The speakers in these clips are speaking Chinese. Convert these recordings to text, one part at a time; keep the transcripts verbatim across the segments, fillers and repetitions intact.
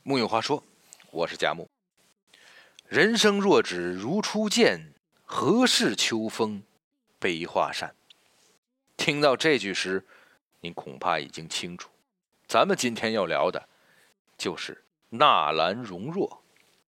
木有话说，我是贾木。人生若只如初见，何事秋风悲画扇。听到这句诗，您恐怕已经清楚，咱们今天要聊的就是纳兰容若。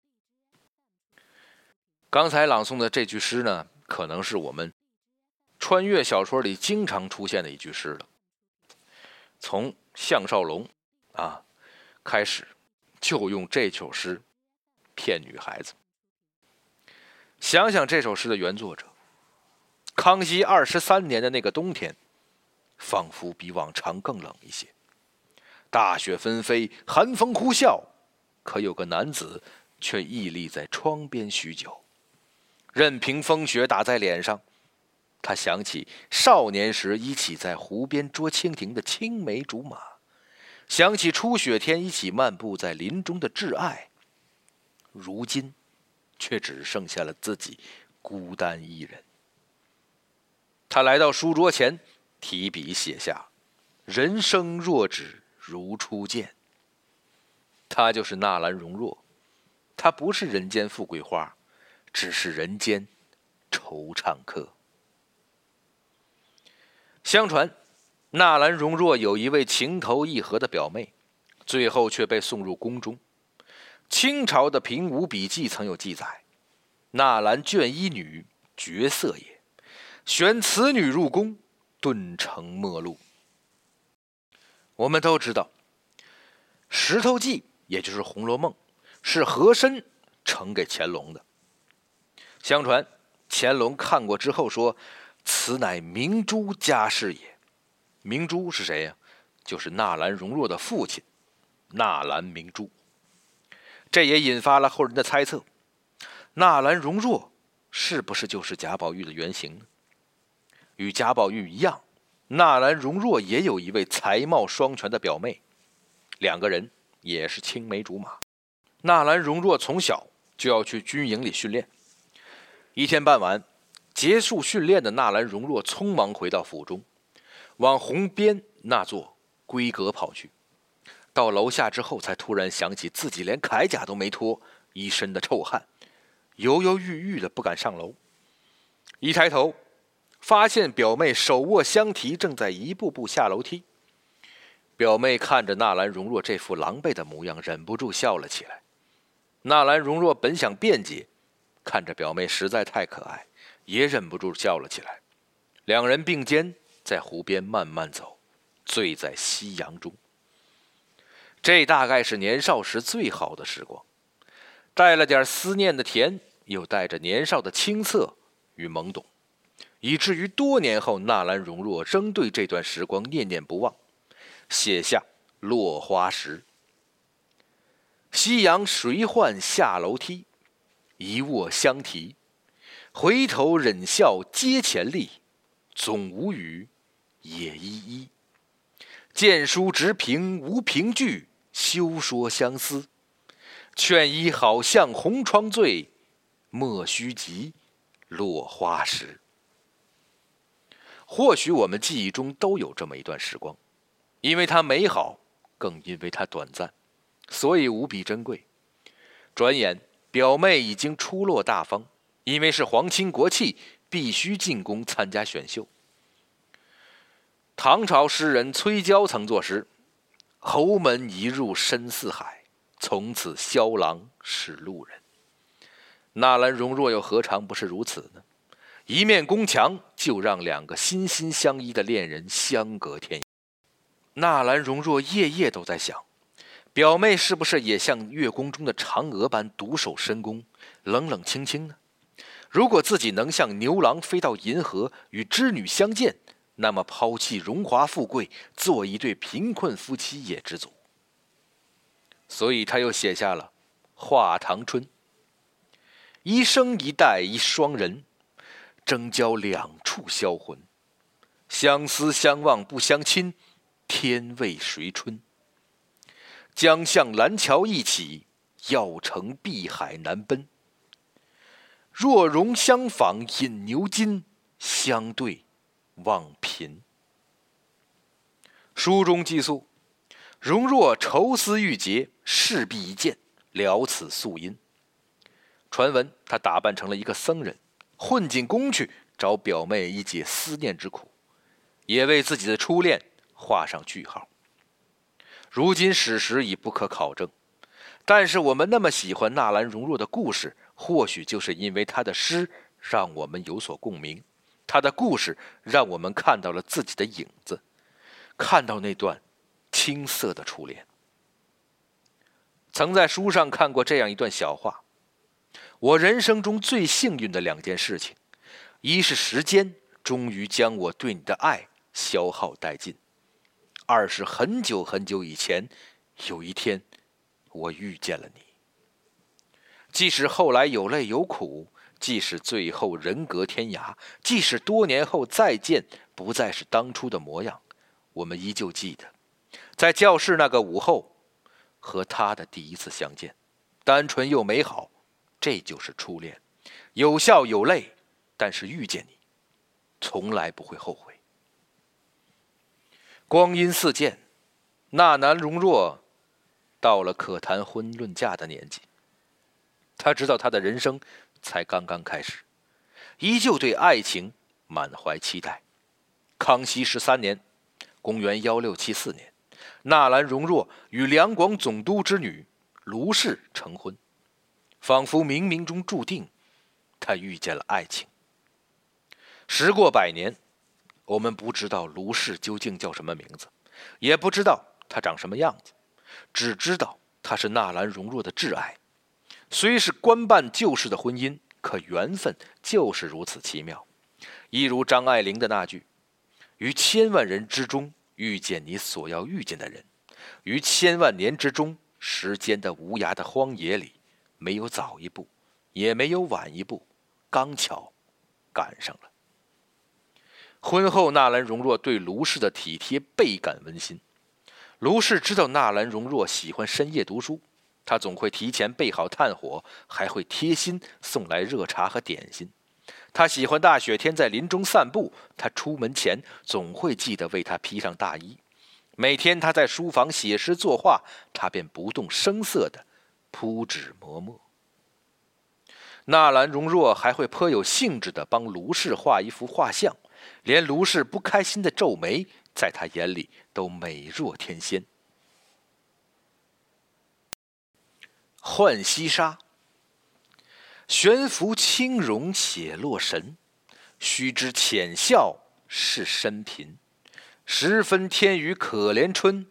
刚才朗诵的这句诗呢，可能是我们穿越小说里经常出现的一句诗了。从项少龙啊开始，就用这首诗骗女孩子。想想这首诗的原作者，康熙二十三年的那个冬天，仿佛比往常更冷一些。大雪纷飞，寒风呼啸，可有个男子却屹立在窗边许久，任凭风雪打在脸上。他想起少年时一起在湖边捉蜻蜓的青梅竹马，想起初雪天一起漫步在林中的挚爱，如今却只剩下了自己孤单一人。他来到书桌前，提笔写下人生若只如初见。他就是纳兰容若，他不是人间富贵花，只是人间惆怅客。相传纳兰容若有一位情投意合的表妹，最后却被送入宫中。清朝的平武笔记曾有记载，纳兰卷衣女绝色也，选此女入宫，顿成末路。我们都知道石头记也就是红楼梦是和珅呈给乾隆的。相传乾隆看过之后说，此乃明珠家世也。明珠是谁呀？就是纳兰容若的父亲纳兰明珠。这也引发了后人的猜测，纳兰容若是不是就是贾宝玉的原型呢？与贾宝玉一样，纳兰容若也有一位才貌双全的表妹，两个人也是青梅竹马。纳兰容若从小就要去军营里训练，一天傍晚结束训练的纳兰容若匆忙回到府中，往红边那座闺阁跑去。到楼下之后，才突然想起自己连铠甲都没脱，一身的臭汗，犹犹豫豫的不敢上楼。一抬头，发现表妹手握香缇，正在一步步下楼梯。表妹看着纳兰容若这副狼狈的模样，忍不住笑了起来。纳兰容若本想辩解，看着表妹实在太可爱，也忍不住笑了起来。两人并肩在湖边慢慢走，醉在夕阳中。这大概是年少时最好的时光，带了点思念的甜，又带着年少的青涩与懵懂，以至于多年后纳兰容若仍对这段时光念念不忘，写下落花时。夕阳谁唤下楼梯，一握香缇，回头忍笑阶前立，总无语也依依。见书直评无凭据，休说相思。劝医好像红妆醉，莫须及落花时。或许我们记忆中都有这么一段时光，因为它美好，更因为它短暂，所以无比珍贵。转眼表妹已经出落大方，因为是皇亲国戚，必须进宫参加选秀。唐朝诗人崔郊曾作诗：侯门一入深似海，从此萧郎是路人。纳兰容若又何尝不是如此呢？一面宫墙就让两个心心相依的恋人相隔天涯。纳兰容若夜夜都在想，表妹是不是也像月宫中的嫦娥般独守深宫，冷冷清清呢？如果自己能像牛郎飞到银河与织女相见，那么抛弃荣华富贵，做一对贫困夫妻也知足。所以他又写下了《画堂春》：一生一代一双人，争交两处销魂。相思相望不相亲，天为谁春？将向蓝桥一起，要乘碧海难奔。若容相访饮牛津，相对望贫。书中记述， 容若愁思郁结，势必一见，了此宿因。传闻他打扮成了一个僧人，混进宫去找表妹一解思念之苦，也为自己的初恋画上句号。如今史实已不可考证，但是我们那么喜欢纳兰容若的故事，或许就是因为他的诗让我们有所共鸣，他的故事让我们看到了自己的影子，看到那段青涩的初恋。曾在书上看过这样一段小话：我人生中最幸运的两件事情，一是时间终于将我对你的爱消耗殆尽，二是很久很久以前，有一天我遇见了你。即使后来有泪有苦，即使最后人隔天涯，即使多年后再见不再是当初的模样，我们依旧记得在教室那个午后和他的第一次相见，单纯又美好，这就是初恋，有笑有泪，但是遇见你从来不会后悔。光阴似箭，纳兰容若到了可谈婚论嫁的年纪，他知道他的人生才刚刚开始，依旧对爱情满怀期待。康熙十三年，公元一六七四年，纳兰容若与两广总督之女卢氏成婚，仿佛冥冥中注定，他遇见了爱情。时过百年，我们不知道卢氏究竟叫什么名字，也不知道她长什么样子，只知道她是纳兰容若的挚爱。虽是官办旧式的婚姻，可缘分就是如此奇妙。一如张爱玲的那句：于千万人之中遇见你所要遇见的人，于千万年之中，时间的无涯的荒野里，没有早一步，也没有晚一步，刚巧赶上了。婚后，纳兰容若对卢氏的体贴倍感温馨。卢氏知道纳兰容若喜欢深夜读书，他总会提前备好炭火，还会贴心送来热茶和点心。他喜欢大雪天在林中散步，他出门前总会记得为他披上大衣。每天他在书房写诗作画，他便不动声色地铺纸磨墨。纳兰容若还会颇有兴致地帮卢氏画一幅画像，连卢氏不开心的皱眉，在他眼里都美若天仙。浣溪沙，悬浮轻容且落神，须知浅笑是深贫。十分天娱可怜春，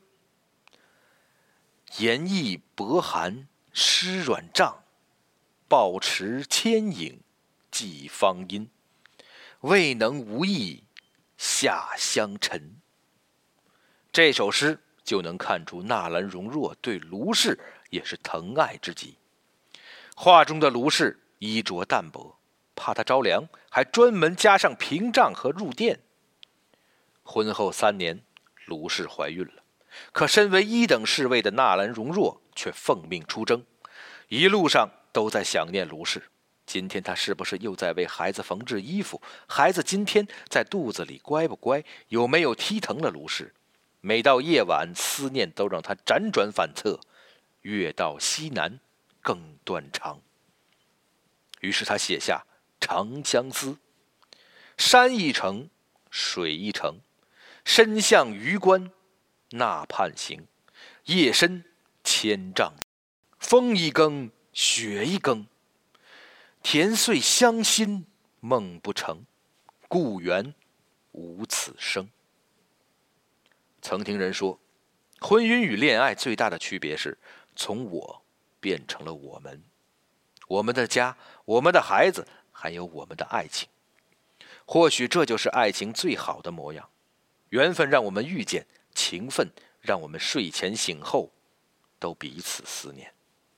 言意薄寒湿软帐，抱持牵影寄芳音，未能无意下香尘。这首诗就能看出纳兰容若对卢氏也是疼爱之极。画中的卢氏衣着淡薄，怕他着凉，还专门加上屏障和褥垫。婚后三年，卢氏怀孕了，可身为一等侍卫的纳兰容若却奉命出征，一路上都在想念卢氏。今天他是不是又在为孩子缝制衣服？孩子今天在肚子里乖不乖？有没有踢疼了卢氏？每到夜晚，思念都让他辗转反侧，越到西南更断肠。于是他写下《长相思》：山一程，水一程，身向榆关那畔行。夜深千丈，风一更，雪一更。甜碎乡心梦不成，故园无此声。曾听人说，婚姻与恋爱最大的区别是，从我变成了我们，我们的家，我们的孩子，还有我们的爱情。或许这就是爱情最好的模样。缘分让我们遇见，情分让我们睡前醒后都彼此思念。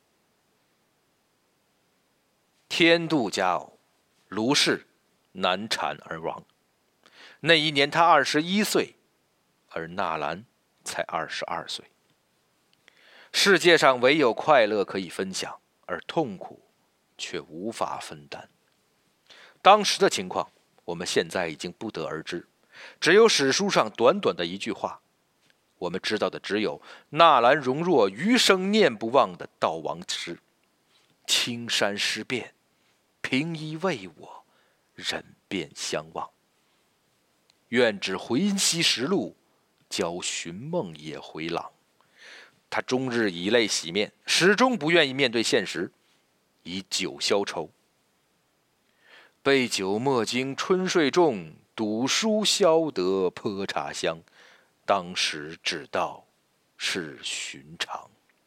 天妒佳偶，卢氏难产而亡。那一年他二十一岁，而纳兰才二十二岁。世界上唯有快乐可以分享，而痛苦却无法分担。当时的情况，我们现在已经不得而知，只有史书上短短的一句话： 我们知道的只有纳兰容若余生念不忘的悼亡诗：青山失变，平衣为我，人便相忘。愿只回夕实路，教寻梦也回廊。他终日以泪洗面，始终不愿意面对现实，以酒消愁。杯酒莫惊春睡重，赌书消得泼茶香。当时只道是寻常。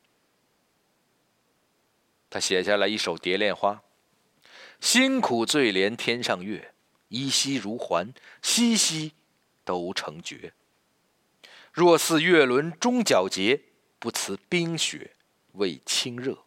他写下了一首《蝶恋花》：辛苦醉怜天上月，依稀如还，夕夕都成绝。若似月轮终皎洁，不辞冰雪为清热。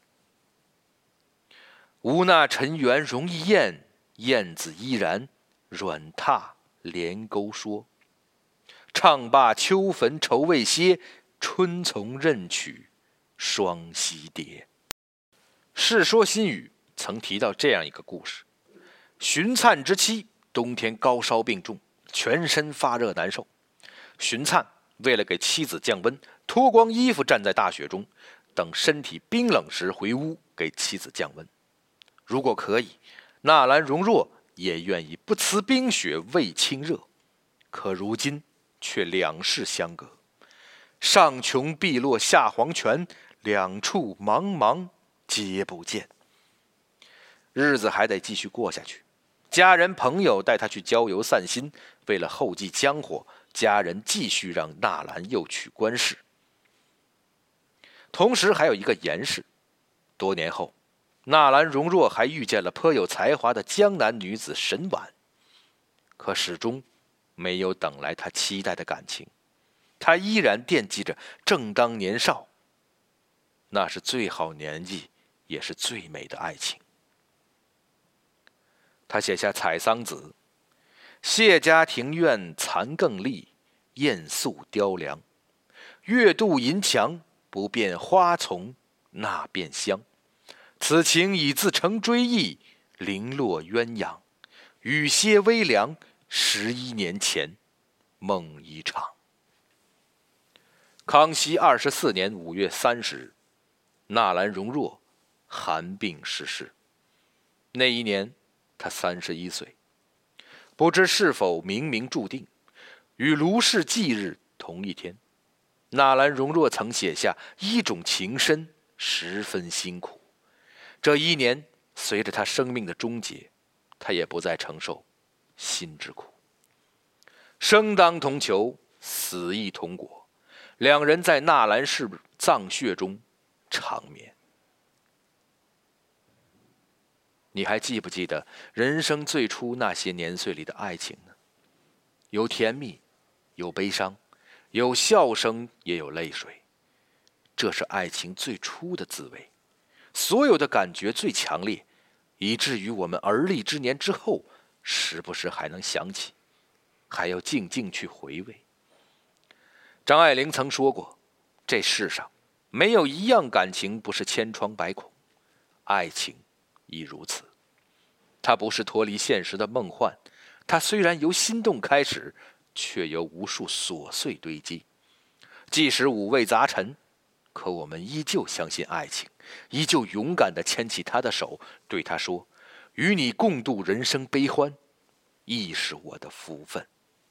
无那尘缘容易燕，燕子依然软榻连钩说。唱罢秋坟愁未歇，春从任取双栖蝶。《世说新语》曾提到这样一个故事：荀粲之妻冬天高烧病重，全身发热难受。荀粲为了给妻子降温，脱光衣服站在大雪中，等身体冰冷时回屋给妻子降温。如果可以，纳兰容若也愿意不辞冰雪为清热，可如今却两世相隔，上穷碧落下黄泉，两处茫茫皆不见。日子还得继续过下去，家人朋友带他去郊游散心，为了后继江火，家人继续让纳兰又娶官氏。同时还有一个严氏，多年后，纳兰容若还遇见了颇有才华的江南女子沈婉，可始终没有等来他期待的感情。他依然惦记着正当年少，那是最好年纪，也是最美的爱情。他写下《采桑子》：谢家庭院残更立，燕宿雕梁。月渡银墙，不辨花丛那变香。此情已自成追忆，零落鸳鸯。雨歇微凉，十一年前，梦一场。康熙二十四年五月三十日，纳兰容若寒病逝世。那一年，他三十一岁。不知是否冥冥注定，与卢氏忌日同一天，纳兰容若曾写下一种情深，十分辛苦。这一年，随着他生命的终结，他也不再承受心之苦。生当同囚，死亦同果，两人在纳兰氏葬穴中长眠。你还记不记得人生最初那些年岁里的爱情呢？有甜蜜，有悲伤，有笑声，也有泪水。这是爱情最初的滋味，所有的感觉最强烈，以至于我们而立之年之后，时不时还能想起，还要静静去回味。张爱玲曾说过，这世上没有一样感情不是千疮百孔，爱情亦如此。它不是脱离现实的梦幻，它虽然由心动开始，却由无数琐碎堆积。即使五味杂陈，可我们依旧相信爱情，依旧勇敢地牵起他的手，对他说：与你共度人生悲欢，亦是我的福分。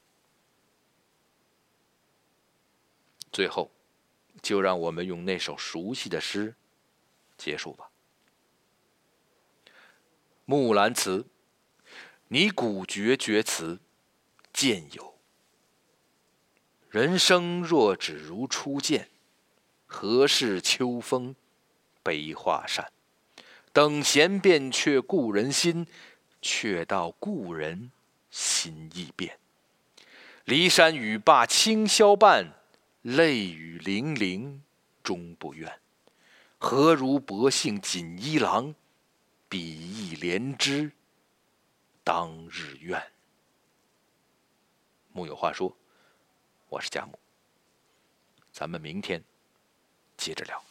最后，就让我们用那首熟悉的诗结束吧。木兰辞，你古绝绝词，见有。人生若只如初见，何事秋风悲画扇？等闲变却故人心，却道故人心易变。骊山语罢清宵半，泪雨霖铃终不怨。何如薄幸锦衣郎，比翼连枝当日愿。木有话说，我是贾木，咱们明天接着聊。